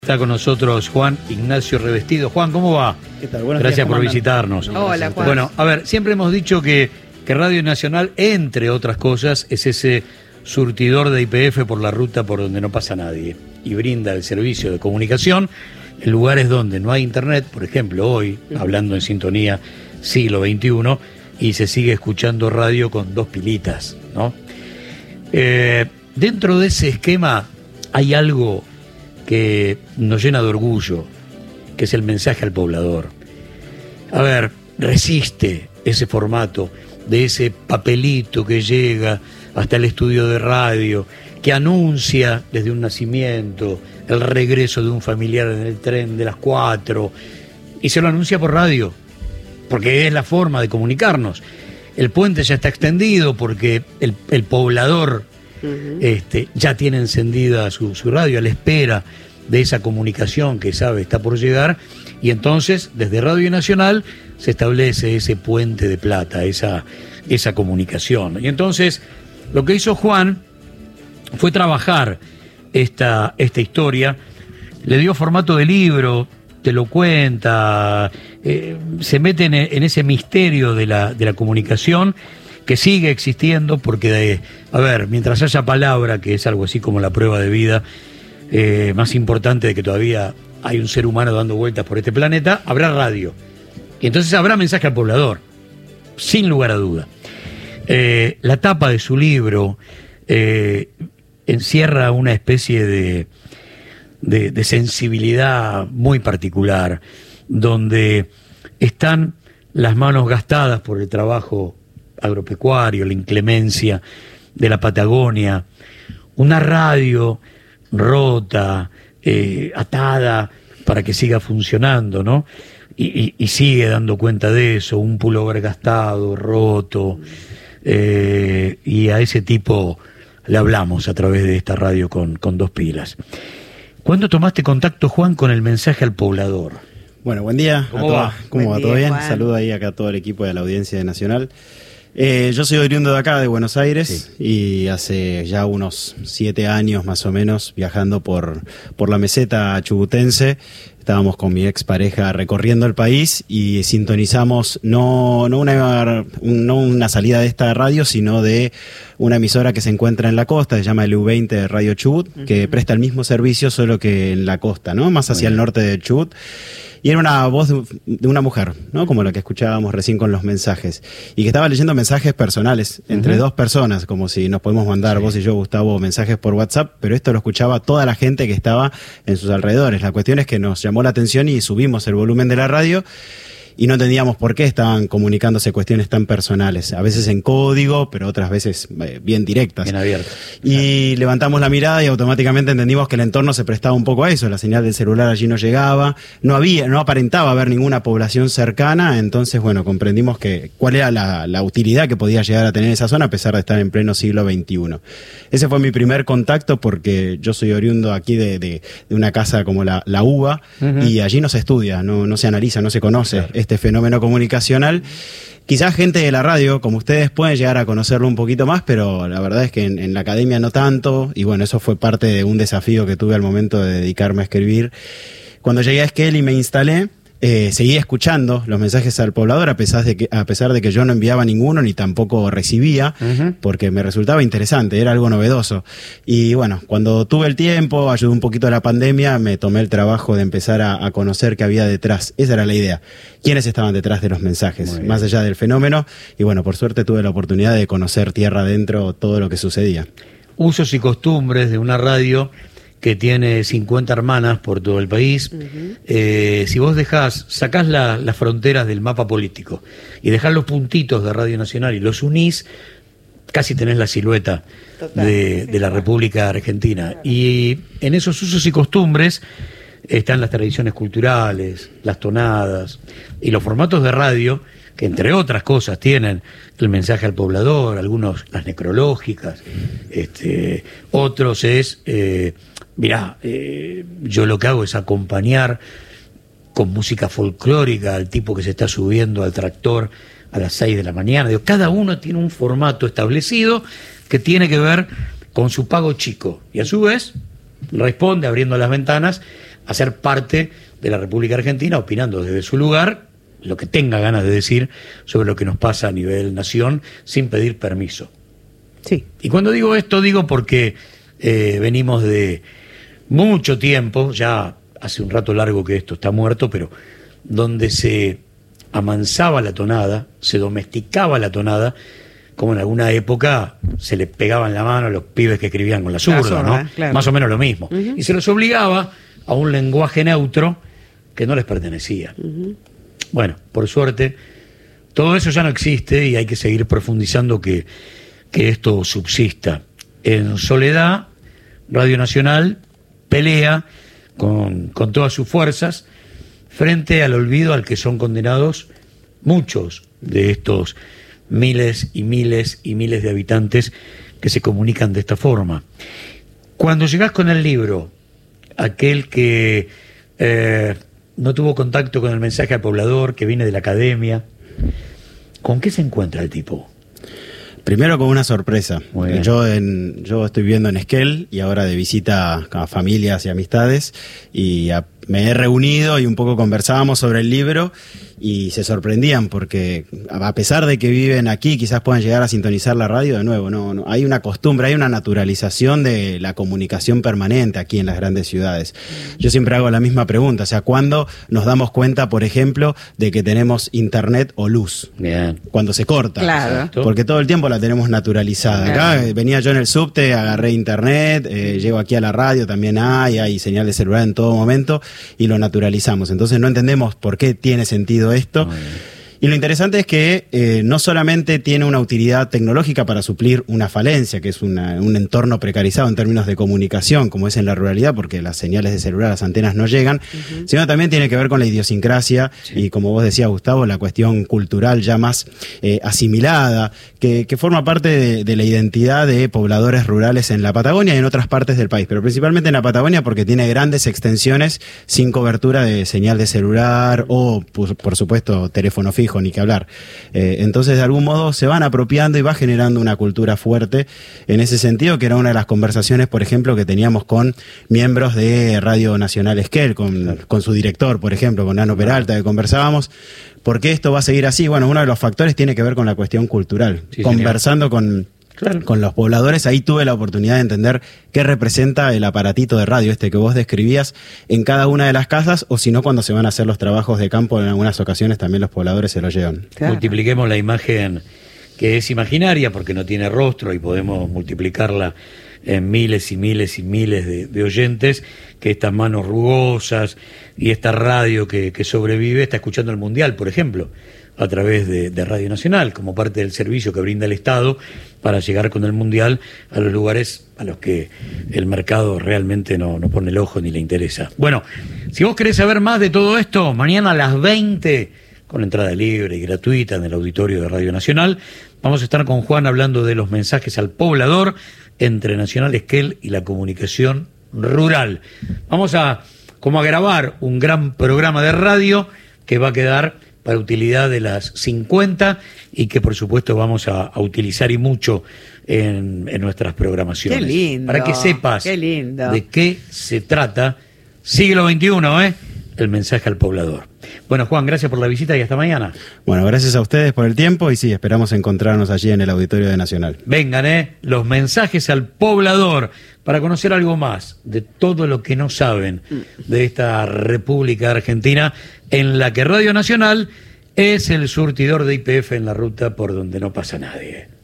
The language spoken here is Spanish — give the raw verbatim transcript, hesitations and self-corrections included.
Está con nosotros Juan Ignacio Revestido. Juan, ¿cómo va? ¿Qué tal? Buenos Gracias días, por comandante. visitarnos. Hola, Juan. Bueno, a ver, siempre hemos dicho que, que Radio Nacional, entre otras cosas, es ese surtidor de I P F por la ruta por donde no pasa nadie y brinda el servicio de comunicación en lugares donde no hay internet, por ejemplo, hoy, hablando en sintonía siglo veintiuno, y se sigue escuchando radio con dos pilitas, ¿no? Eh, dentro de ese esquema hay algo que nos llena de orgullo, que es el mensaje al poblador. A ver, resiste ese formato de ese papelito que llega hasta el estudio de radio, que anuncia desde un nacimiento el regreso de un familiar en el tren de las cuatro, y se lo anuncia por radio, porque es la forma de comunicarnos. El puente ya está extendido porque el, el poblador uh-huh. este, ya tiene encendida su, su radio a la espera de esa comunicación que sabe está por llegar, y entonces desde Radio Nacional se establece ese puente de plata, esa, esa comunicación. Y entonces lo que hizo Juan fue trabajar esta, esta historia, le dio formato de libro, te lo cuenta, eh, se mete en, en ese misterio de la, de la comunicación que sigue existiendo, porque, de, a ver, mientras haya palabra, que es algo así como la prueba de vida, eh, más importante de que todavía hay un ser humano dando vueltas por este planeta, habrá radio. Y entonces habrá mensaje al poblador, sin lugar a duda. Eh, la tapa de su libro eh, encierra una especie de... De, de sensibilidad muy particular, donde están las manos gastadas por el trabajo agropecuario, la inclemencia de la Patagonia, una radio rota, eh, atada para que siga funcionando, ¿no? Y, y, y sigue dando cuenta de eso, un pullover gastado, roto, eh, y a ese tipo le hablamos a través de esta radio con, con dos pilas. ¿Cuándo tomaste contacto, Juan, con el mensaje al poblador? Bueno, buen día. ¿Cómo a todos. va? ¿Cómo Buen va? día, ¿Todo bien? Juan. Saludo ahí acá a todo el equipo de la audiencia de Nacional. Eh, yo soy oriundo de acá, de Buenos Aires, sí. Y hace ya unos siete años más o menos viajando por, por la meseta chubutense. Estábamos con mi expareja recorriendo el país y sintonizamos no, no, una, no una salida de esta radio, sino de una emisora que se encuentra en la costa, se llama el U veinte Radio Chubut, uh-huh. que presta el mismo servicio solo que en la costa, ¿no? Más hacia el norte de Chubut. Y era una voz de, de una mujer, ¿no? Como la que escuchábamos recién con los mensajes. Y que estaba leyendo mensajes personales entre uh-huh. dos personas, como si nos podemos mandar, sí. vos y yo, Gustavo, mensajes por WhatsApp, pero esto lo escuchaba toda la gente que estaba en sus alrededores. La cuestión es que nos llamó la atención y subimos el volumen de la radio y no entendíamos por qué estaban comunicándose cuestiones tan personales, a veces en código, pero otras veces eh, bien directas. Bien abiertas. Y claro. levantamos la mirada y automáticamente entendimos que el entorno se prestaba un poco a eso, la señal del celular allí no llegaba, no había, no aparentaba haber ninguna población cercana, entonces bueno, comprendimos que cuál era la, la utilidad que podía llegar a tener esa zona a pesar de estar en pleno siglo veintiuno. Ese fue mi primer contacto porque yo soy oriundo aquí de, de, de una casa como la, la U B A uh-huh. y allí no se estudia, no, no se analiza, no se conoce. Claro. Este fenómeno comunicacional. Quizás gente de la radio, como ustedes, pueden llegar a conocerlo un poquito más, pero la verdad es que en, en la academia no tanto, y bueno, eso fue parte de un desafío que tuve al momento de dedicarme a escribir. Cuando llegué a Esquel y me instalé, Eh, seguí escuchando los mensajes al poblador a pesar de que a pesar de que yo no enviaba ninguno ni tampoco recibía, uh-huh. porque me resultaba interesante, era algo novedoso. Y bueno, cuando tuve el tiempo, ayudó un poquito a la pandemia, me tomé el trabajo de empezar a, a conocer qué había detrás. Esa era la idea. ¿Quiénes estaban detrás de los mensajes? Más allá del fenómeno. Y bueno, por suerte tuve la oportunidad de conocer tierra adentro todo lo que sucedía. Usos y costumbres de una radio que tiene cincuenta hermanas por todo el país. Uh-huh. Eh, si vos dejás, sacás la, las fronteras del mapa político y dejás los puntitos de Radio Nacional y los unís, casi tenés la silueta Total, de, sí, de la claro. República Argentina. Claro. Y en esos usos y costumbres están las tradiciones culturales, las tonadas y los formatos de radio que entre otras cosas tienen el mensaje al poblador, algunos las necrológicas, este, otros es, eh, mirá, eh, yo lo que hago es acompañar con música folclórica al tipo que se está subiendo al tractor a las seis de la mañana. Digo, cada uno tiene un formato establecido que tiene que ver con su pago chico y a su vez responde abriendo las ventanas a ser parte de la República Argentina, opinando desde su lugar lo que tenga ganas de decir sobre lo que nos pasa a nivel nación, sin pedir permiso. Sí. Y cuando digo esto, digo porque eh, venimos de mucho tiempo, ya hace un rato largo que esto está muerto, pero donde se amansaba la tonada, se domesticaba la tonada, como en alguna época se le pegaban la mano a los pibes que escribían con la zurda, zurda, ¿no? claro. Más o menos lo mismo. Uh-huh. Y se los obligaba a un lenguaje neutro que no les pertenecía. Uh-huh. Bueno, por suerte, todo eso ya no existe y hay que seguir profundizando que, que esto subsista. En soledad, Radio Nacional pelea con, con todas sus fuerzas frente al olvido al que son condenados muchos de estos miles y miles y miles de habitantes que se comunican de esta forma. Cuando llegás con el libro, aquel que eh, no tuvo contacto con el mensaje al poblador, que viene de la academia, ¿con qué se encuentra el tipo? Primero con una sorpresa. Muy bien. Yo en, yo estoy viviendo en Esquel y ahora de visita a familias y amistades y a, me he reunido y un poco conversábamos sobre el libro y se sorprendían porque a pesar de que viven aquí quizás puedan llegar a sintonizar la radio de nuevo, no, no hay una costumbre, hay una naturalización de la comunicación permanente aquí en las grandes ciudades. Yo siempre hago la misma pregunta, o sea, ¿cuándo nos damos cuenta, por ejemplo, de que tenemos internet o luz? Bien. Cuando se corta. Claro. Porque todo el tiempo la tenemos naturalizada. Acá eh, venía yo en el subte, agarré internet, eh, llego aquí a la radio, también hay, hay señal de celular en todo momento y lo naturalizamos. Entonces no entendemos por qué tiene sentido esto. Y lo interesante es que eh, no solamente tiene una utilidad tecnológica para suplir una falencia, que es una, un entorno precarizado en términos de comunicación, como es en la ruralidad, porque las señales de celular, las antenas no llegan, uh-huh. sino también tiene que ver con la idiosincrasia sí. y, como vos decías, Gustavo, la cuestión cultural ya más eh, asimilada, que, que forma parte de, de la identidad de pobladores rurales en la Patagonia y en otras partes del país, pero principalmente en la Patagonia porque tiene grandes extensiones sin cobertura de señal de celular o, por, por supuesto, teléfono fijo, ni que hablar. Eh, entonces, de algún modo, se van apropiando y va generando una cultura fuerte en ese sentido, que era una de las conversaciones, por ejemplo, que teníamos con miembros de Radio Nacional Esquel, con, claro. con su director, por ejemplo, con Nano Peralta, que conversábamos. ¿Por qué esto va a seguir así? Bueno, uno de los factores tiene que ver con la cuestión cultural. Sí, Conversando con... Claro. Con los pobladores, ahí tuve la oportunidad de entender qué representa el aparatito de radio este que vos describías en cada una de las casas, o si no, cuando se van a hacer los trabajos de campo, en algunas ocasiones también los pobladores se lo llevan. Claro. Multipliquemos la imagen que es imaginaria porque no tiene rostro y podemos multiplicarla en miles y miles y miles de, de oyentes, que estas manos rugosas y esta radio que, que sobrevive está escuchando el Mundial, por ejemplo, a través de, de Radio Nacional, como parte del servicio que brinda el Estado para llegar con el Mundial a los lugares a los que el mercado realmente no, no pone el ojo ni le interesa. Bueno, si vos querés saber más de todo esto, mañana a las veinte, con entrada libre y gratuita en el auditorio de Radio Nacional, vamos a estar con Juan hablando de los mensajes al poblador entre Nacional Esquel y la comunicación rural. Vamos a, como a grabar un gran programa de radio que va a quedar para utilidad de las cincuenta y que por supuesto vamos a, a utilizar y mucho en, en nuestras programaciones. Qué lindo. Para que sepas qué lindo. de qué se trata, siglo veintiuno, ¿eh? El mensaje al poblador. Bueno, Juan, gracias por la visita y hasta mañana. Bueno, gracias a ustedes por el tiempo y sí, esperamos encontrarnos allí en el auditorio de Nacional. Vengan, ¿eh? Los mensajes al poblador para conocer algo más de todo lo que no saben de esta República Argentina en la que Radio Nacional es el surtidor de Y P F en la ruta por donde no pasa nadie.